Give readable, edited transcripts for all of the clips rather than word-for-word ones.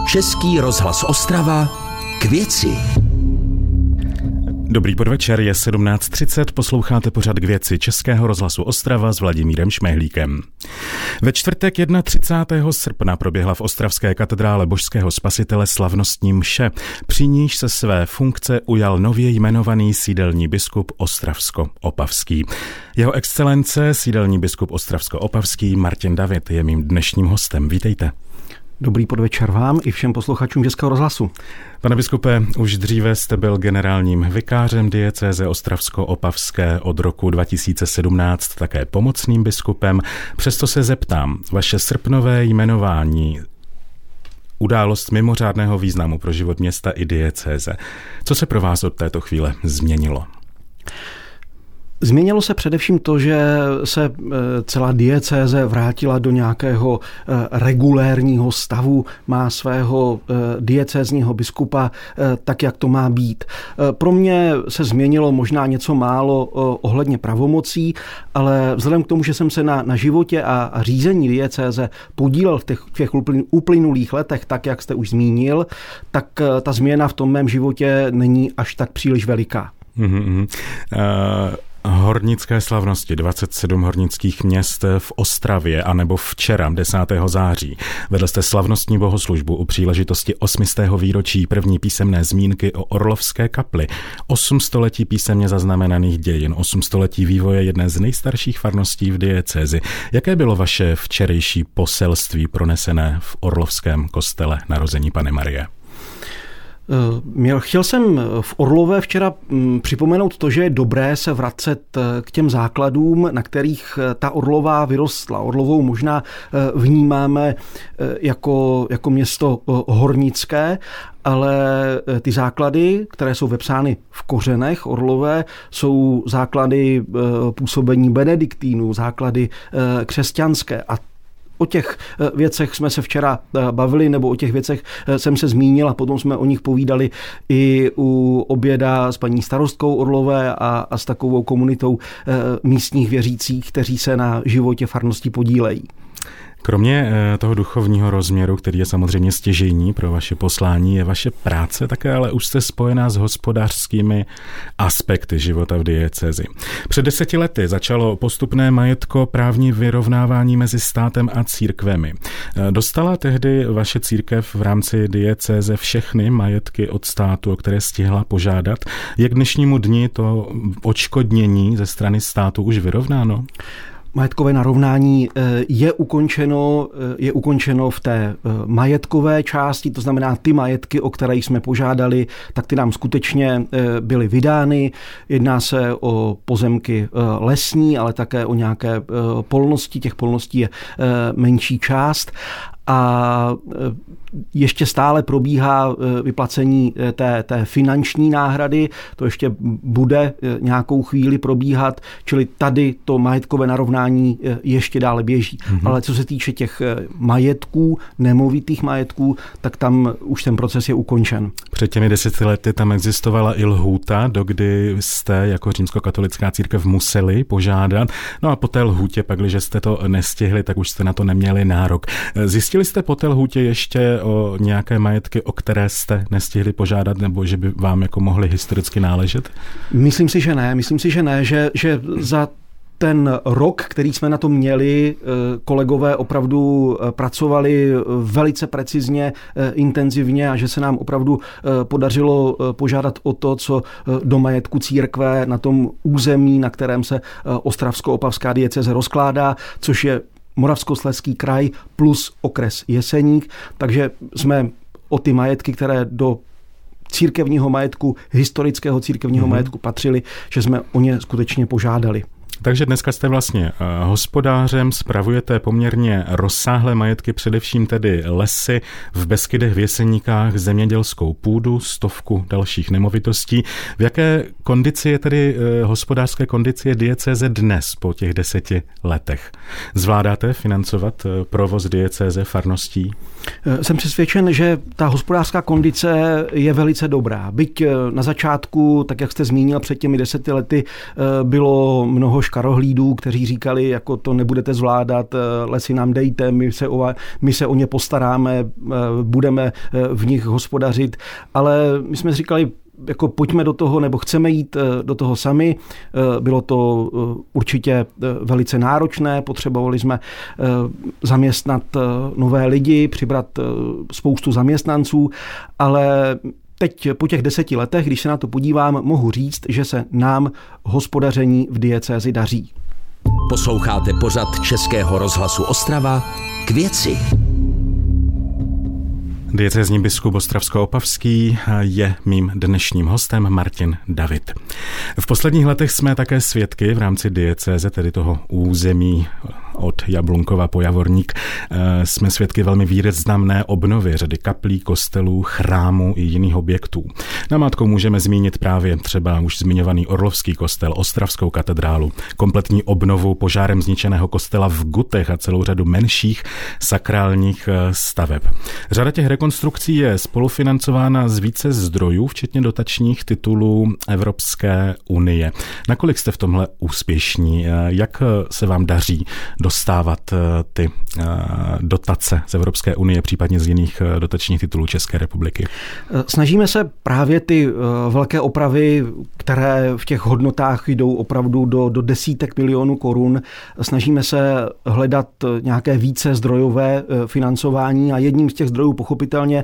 Český rozhlas Ostrava k věci. Dobrý podvečer, je 17:30, posloucháte pořad K věci Českého rozhlasu Ostrava s Vladimírem Šmehlíkem. Ve čtvrtek 31. srpna proběhla v ostravské katedrále Božského spasitele slavnostní mše, při níž se své funkce ujal nově jmenovaný sídelní biskup Ostravsko-Opavský. Jeho excelence, sídelní biskup Ostravsko-Opavský Martin David, je mým dnešním hostem. Vítejte. Dobrý podvečer vám i všem posluchačům Českého rozhlasu. Pane biskupe, už dříve jste byl generálním vikářem diecéze Ostravsko-Opavské, od roku 2017 také pomocným biskupem. Přesto se zeptám, vaše srpnové jmenování, událost mimořádného významu pro život města i diecéze. Co se pro vás od této chvíle změnilo? Změnilo se především to, že se celá diecéze vrátila do nějakého regulérního stavu, má svého diecézního biskupa tak, jak to má být. Pro mě se změnilo možná něco málo ohledně pravomocí, ale vzhledem k tomu, že jsem se na životě a řízení diecéze podílel v těch uplynulých letech, tak, jak jste už zmínil, tak ta změna v tom mém životě není až tak příliš veliká. Hornické slavnosti, 27 hornických měst v Ostravě, anebo včera, 10. září. Vedl jste slavnostní bohoslužbu u příležitosti 800. výročí první písemné zmínky o Orlovské kapli, 8 století písemně zaznamenaných dějin, 8 století vývoje jedné z nejstarších farností v diecézi. Jaké bylo vaše včerejší poselství pronesené v Orlovském kostele Narození Panny Marie? Chtěl jsem v Orlové včera připomenout to, že je dobré se vracet k těm základům, na kterých ta Orlová vyrostla. Orlovou možná vnímáme jako město hornické, ale ty základy, které jsou vepsány v kořenech Orlové, jsou základy působení benediktínů, základy křesťanské. A o těch věcech jsme se včera bavili, nebo o těch věcech jsem se zmínil a potom jsme o nich povídali i u oběda s paní starostkou Orlové a s takovou komunitou místních věřících, kteří se na životě farnosti podílejí. Kromě toho duchovního rozměru, který je samozřejmě stěžejní pro vaše poslání, je vaše práce také ale už jste spojená s hospodářskými aspekty života v diecézi. Před 10 lety začalo postupné majetkoprávní vyrovnávání mezi státem a církvemi. Dostala tehdy vaše církev v rámci diecéze všechny majetky od státu, o které stihla požádat? Je k dnešnímu dni to odškodnění ze strany státu už vyrovnáno? Majetkové narovnání je ukončeno v té majetkové části, to znamená ty majetky, o které jsme požádali, tak ty nám skutečně byly vydány. Jedná se o pozemky lesní, ale také o nějaké polnosti. Těch polností je menší část. A ještě stále probíhá vyplacení té finanční náhrady, to ještě bude nějakou chvíli probíhat, čili tady to majetkové narovnání ještě dále běží. Ale co se týče těch majetků, nemovitých majetků, tak tam už ten proces je ukončen. Před těmi 10 lety tam existovala i lhůta, dokdy jste jako římskokatolická církev museli požádat, no a po té lhůtě, pakliže jste to nestihli, tak už jste na to neměli nárok. Zjistili jste po té lhůtě ještě o nějaké majetky, o které jste nestihli požádat, nebo že by vám jako mohly historicky náležet? Myslím si, že ne, že za ten rok, který jsme na to měli, kolegové opravdu pracovali velice precizně, intenzivně a že se nám opravdu podařilo požádat o to, co do majetku církve na tom území, na kterém se Ostravsko-Opavská diecéze rozkládá, což je Moravskoslezský kraj plus okres Jeseník, takže jsme o ty majetky, které do církevního majetku, historického církevního majetku patřily, že jsme o ně skutečně požádali. Takže dneska jste vlastně hospodářem, spravujete poměrně rozsáhlé majetky, především tedy lesy, v Beskydech, v Jeseníkách, zemědělskou půdu, 100 dalších nemovitostí. V jaké kondici je tedy hospodářské kondici diecéze dnes po těch 10 letech? Zvládáte financovat provoz diecéze farností? Jsem přesvědčen, že ta hospodářská kondice je velice dobrá. Byť na začátku, tak jak jste zmínil, před těmi 10 lety bylo mnoho škarohlídů, kteří říkali, jako to nebudete zvládat, lesy nám dejte, my se o ně postaráme, budeme v nich hospodařit, ale my jsme říkali, jako pojďme do toho, nebo chceme jít do toho sami. Bylo to určitě velice náročné, potřebovali jsme zaměstnat nové lidi, přibrat spoustu zaměstnanců, ale teď po těch 10 letech, když se na to podívám, mohu říct, že se nám hospodaření v diecézi daří. Posloucháte pořad Českého rozhlasu Ostrava K věci. Diecézní biskup ostravsko-opavský je mým dnešním hostem Martin David. V posledních letech jsme také svědky v rámci diecéze, tedy toho území od Jablunkova po Javorník, jsme svědky velmi významné obnovy řady kaplí, kostelů, chrámů i jiných objektů. Namátkou můžeme zmínit právě třeba už zmiňovaný Orlovský kostel, Ostravskou katedrálu, kompletní obnovu požárem zničeného kostela v Gutech a celou řadu menších sakrálních staveb. Řada těch rekonstrukcí je spolufinancována z více zdrojů, včetně dotačních titulů Evropské unie. Nakolik jste v tomhle úspěšní? Jak se vám daří dostávat ty dotace z Evropské unie, případně z jiných dotačních titulů České republiky? Snažíme se právě ty velké opravy, které v těch hodnotách jdou opravdu do desítek milionů korun, snažíme se hledat nějaké více zdrojové financování a jedním z těch zdrojů pochopitelně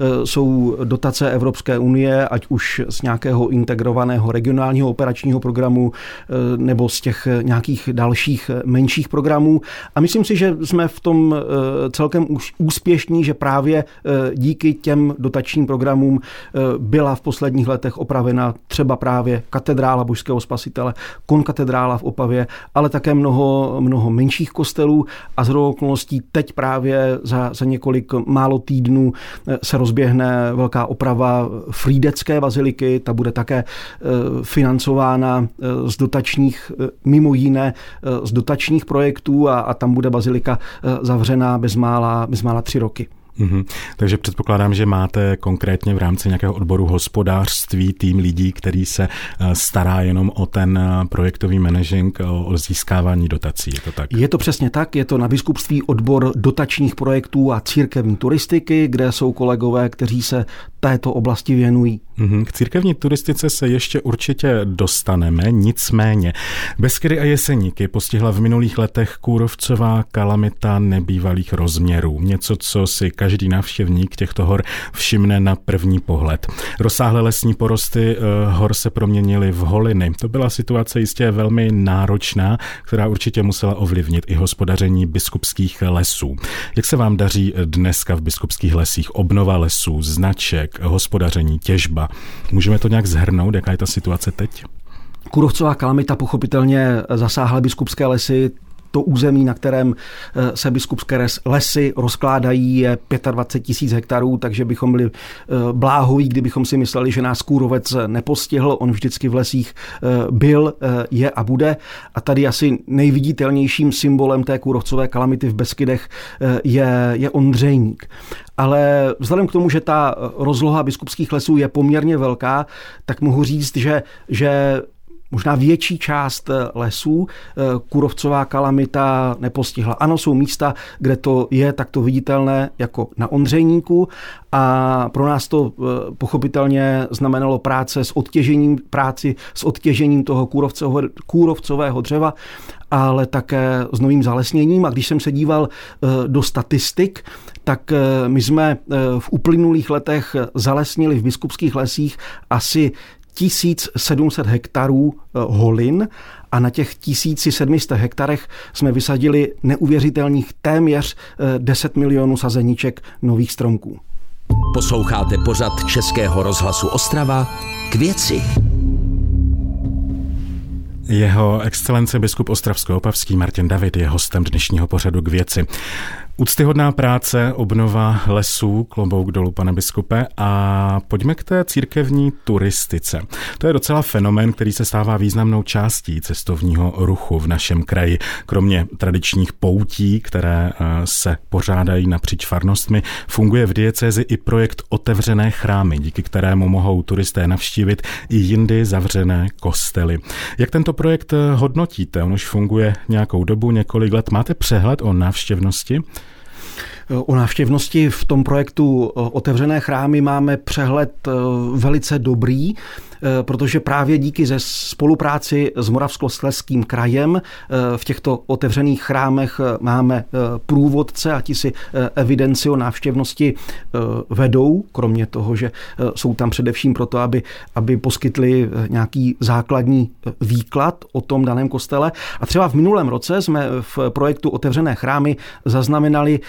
jsou dotace Evropské unie, ať už z nějakého integrovaného regionálního operačního programu nebo z těch nějakých dalších menších programů. A myslím si, že jsme v tom celkem úspěšní, že právě díky těm dotačním programům byla v posledních letech opravena třeba právě katedrála Božského Spasitele, konkatedrála v Opavě, ale také mnoho menších kostelů a shodou okolností teď právě za několik málo týdnů se rozběhne velká oprava Frýdecké baziliky, ta bude také financována z dotačních, mimo jiné z dotačních projektů a tam bude bazilika zavřená bezmála 3 roky. Takže předpokládám, že máte konkrétně v rámci nějakého odboru hospodářství tým lidí, který se stará jenom o ten projektový managing, o získávání dotací. Je to tak? Je to přesně tak. Je to na biskupství odbor dotačních projektů a církevní turistiky, kde jsou kolegové, kteří se této oblasti věnují. K církevní turistice se ještě určitě dostaneme, nicméně Beskydy a Jeseníky postihla v minulých letech kůrovcová kalamita nebývalých rozměrů. Něco, co si každý návštěvník těchto hor všimne na první pohled. Rozsáhlé lesní porosty hor se proměnily v holiny. To byla situace jistě velmi náročná, která určitě musela ovlivnit i hospodaření biskupských lesů. Jak se vám daří dneska v biskupských lesích? Obnova lesů, značek, hospodaření, těžba. Můžeme to nějak shrnout, jaká je ta situace teď? Kůrovcová kalamita pochopitelně zasáhla biskupské lesy. To území, na kterém se biskupské lesy rozkládají, je 25 000 hektarů, takže bychom byli bláhoví, kdybychom si mysleli, že nás kůrovec nepostihl. On vždycky v lesích byl, je a bude. A tady asi nejviditelnějším symbolem té kůrovcové kalamity v Beskydech je Ondřejník. Ale vzhledem k tomu, že ta rozloha biskupských lesů je poměrně velká, tak mohu říct, že možná větší část lesů kůrovcová kalamita nepostihla. Ano, jsou místa, kde to je takto viditelné jako na Ondřejníku a pro nás to pochopitelně znamenalo práci s odtěžením toho kůrovcového dřeva, ale také s novým zalesněním. A když jsem se díval do statistik, tak my jsme v uplynulých letech zalesnili v biskupských lesích asi 1700 hektarů holin a na těch 1700 hektarech jsme vysadili neuvěřitelných téměř 10 milionů sazeniček nových stromků. Posloucháte pořad Českého rozhlasu Ostrava K věci. Jeho excelence biskup ostravsko-opavský Martin David je hostem dnešního pořadu K věci. Úctyhodná práce, obnova lesů, klobouk dolů, pane biskupe. A pojďme k té církevní turistice. To je docela fenomén, který se stává významnou částí cestovního ruchu v našem kraji. Kromě tradičních poutí, které se pořádají napříč farnostmi, funguje v diecézi i projekt Otevřené chrámy, díky kterému mohou turisté navštívit i jindy zavřené kostely. Jak tento projekt hodnotíte? On už funguje nějakou dobu, několik let. Máte přehled o návštěvnosti? O návštěvnosti v tom projektu Otevřené chrámy máme přehled velice dobrý, protože právě díky ze spolupráci s Moravskoslezským krajem v těchto otevřených chrámech máme průvodce a ti si evidenci o návštěvnosti vedou, kromě toho, že jsou tam především proto, aby poskytli nějaký základní výklad o tom daném kostele. A třeba v minulém roce jsme v projektu Otevřené chrámy zaznamenali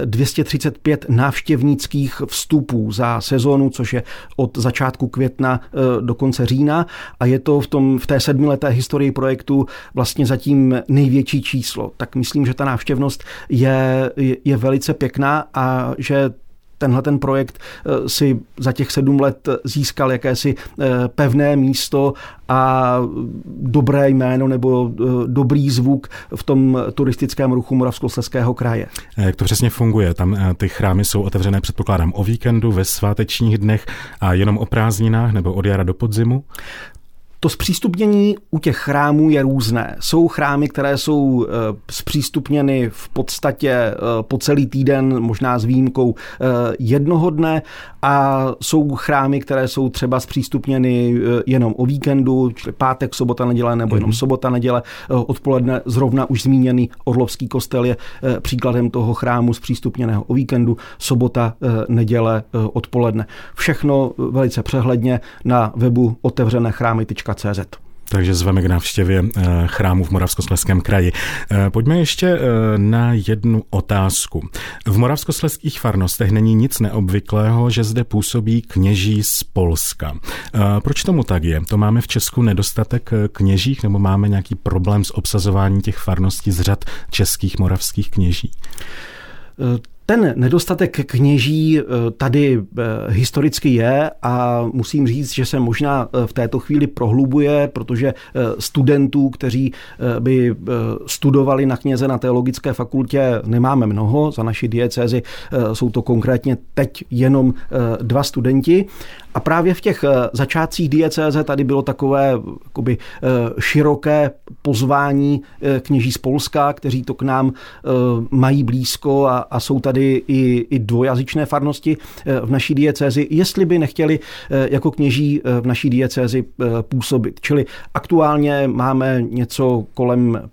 235 návštěvnických vstupů za sezónu, což je od začátku května do konce října a je to v té 7leté historii projektu vlastně zatím největší číslo. Tak myslím, že ta návštěvnost je velice pěkná a že ten projekt si za těch 7 let získal jakési pevné místo a dobré jméno nebo dobrý zvuk v tom turistickém ruchu Moravskoslezského kraje. Jak to přesně funguje? Tam ty chrámy jsou otevřené, předpokládám, o víkendu, ve svátečních dnech a jenom o prázdninách nebo od jara do podzimu? To zpřístupnění u těch chrámů je různé. Jsou chrámy, které jsou zpřístupněny v podstatě po celý týden, možná s výjimkou jednoho dne, a jsou chrámy, které jsou třeba zpřístupněny jenom o víkendu, čili pátek, sobota, neděle, nebo jenom sobota, neděle, odpoledne. Zrovna už zmíněný Orlovský kostel je příkladem toho chrámu zpřístupněného o víkendu, sobota, neděle, odpoledne. Všechno velice přehledně na webu otevřenéchrámy.cz. Takže zveme k návštěvě chrámu v Moravskoslezském kraji. Pojďme ještě na jednu otázku. V moravskoslezských farnostech není nic neobvyklého, že zde působí kněží z Polska. Proč tomu tak je? To máme v Česku nedostatek kněžích nebo máme nějaký problém s obsazováním těch farností z řad českých moravských kněží? Ten nedostatek kněží tady historicky je a musím říct, že se možná v této chvíli prohlubuje, protože studentů, kteří by studovali na kněze na teologické fakultě, nemáme mnoho. Za naši diecézi jsou to konkrétně teď jenom 2 studenti. A právě v těch začátcích diecéze tady bylo takové jakoby široké pozvání kněží z Polska, kteří to k nám mají blízko a jsou tady i dvojazyčné farnosti v naší diecézi, jestli by nechtěli jako kněží v naší diecézi působit. Čili aktuálně máme něco kolem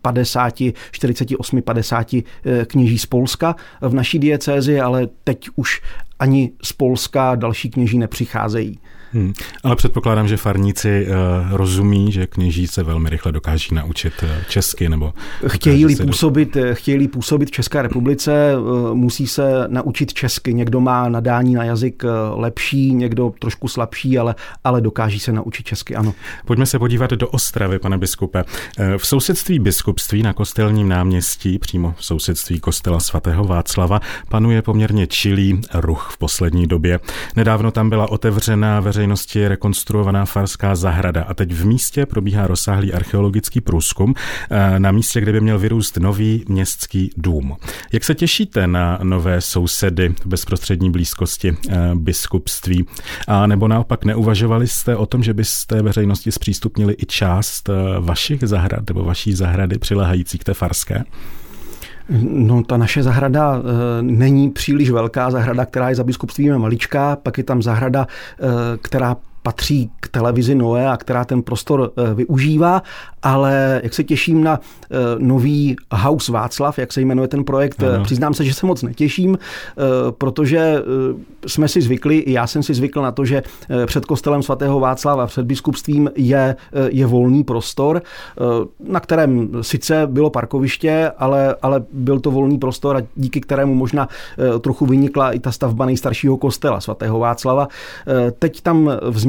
48-50 kněží z Polska v naší diecézi, ale teď už ani z Polska další kněží nepřicházejí. Ale předpokládám, že farníci rozumí, že kněží se velmi rychle dokáží naučit česky, nebo chtějí-li působit v České republice, musí se naučit česky. Někdo má nadání na jazyk lepší, někdo trošku slabší, ale dokáží se naučit česky, ano. Pojďme se podívat do Ostravy, pane biskupe. V sousedství biskupství na Kostelním náměstí, přímo v sousedství kostela svatého Václava, panuje poměrně čilý ruch v poslední době. Nedávno tam byla otevřena veřejnosti rekonstruovaná farská zahrada a teď v místě probíhá rozsáhlý archeologický průzkum na místě, kde by měl vyrůst nový městský dům. Jak se těšíte na nové sousedy v bezprostřední blízkosti biskupství? A nebo naopak neuvažovali jste o tom, že byste veřejnosti zpřístupnili i část vašich zahrad nebo vaší zahrady přilehající k té farské? No, ta naše zahrada není příliš velká zahrada, která je za biskupstvím maličká, pak je tam zahrada, která patří k televizi Noé a která ten prostor využívá, ale jak se těším na nový Haus Václav, jak se jmenuje ten projekt, přiznám se, že se moc netěším, protože jsme si zvykli, i já jsem si zvykl na to, že před kostelem svatého Václava, před biskupstvím je volný prostor, na kterém sice bylo parkoviště, ale byl to volný prostor a díky kterému možná trochu vynikla i ta stavba nejstaršího kostela svatého Václava. Teď tam vznikl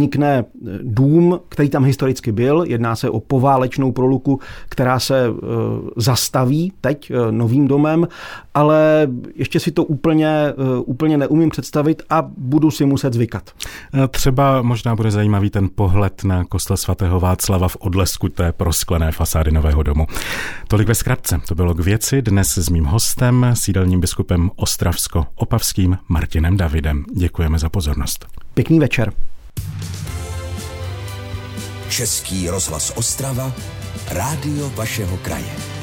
vznikne dům, který tam historicky byl. Jedná se o poválečnou proluku, která se zastaví teď novým domem, ale ještě si to úplně neumím představit a budu si muset zvykat. Třeba možná bude zajímavý ten pohled na kostel svatého Václava v odlesku té prosklené fasády nového domu. Tolik ve zkratce. To bylo k věci dnes s mým hostem, sídelním biskupem Ostravsko-Opavským Martinem Davidem. Děkujeme za pozornost. Pěkný večer. Český rozhlas Ostrava, rádio vašeho kraje.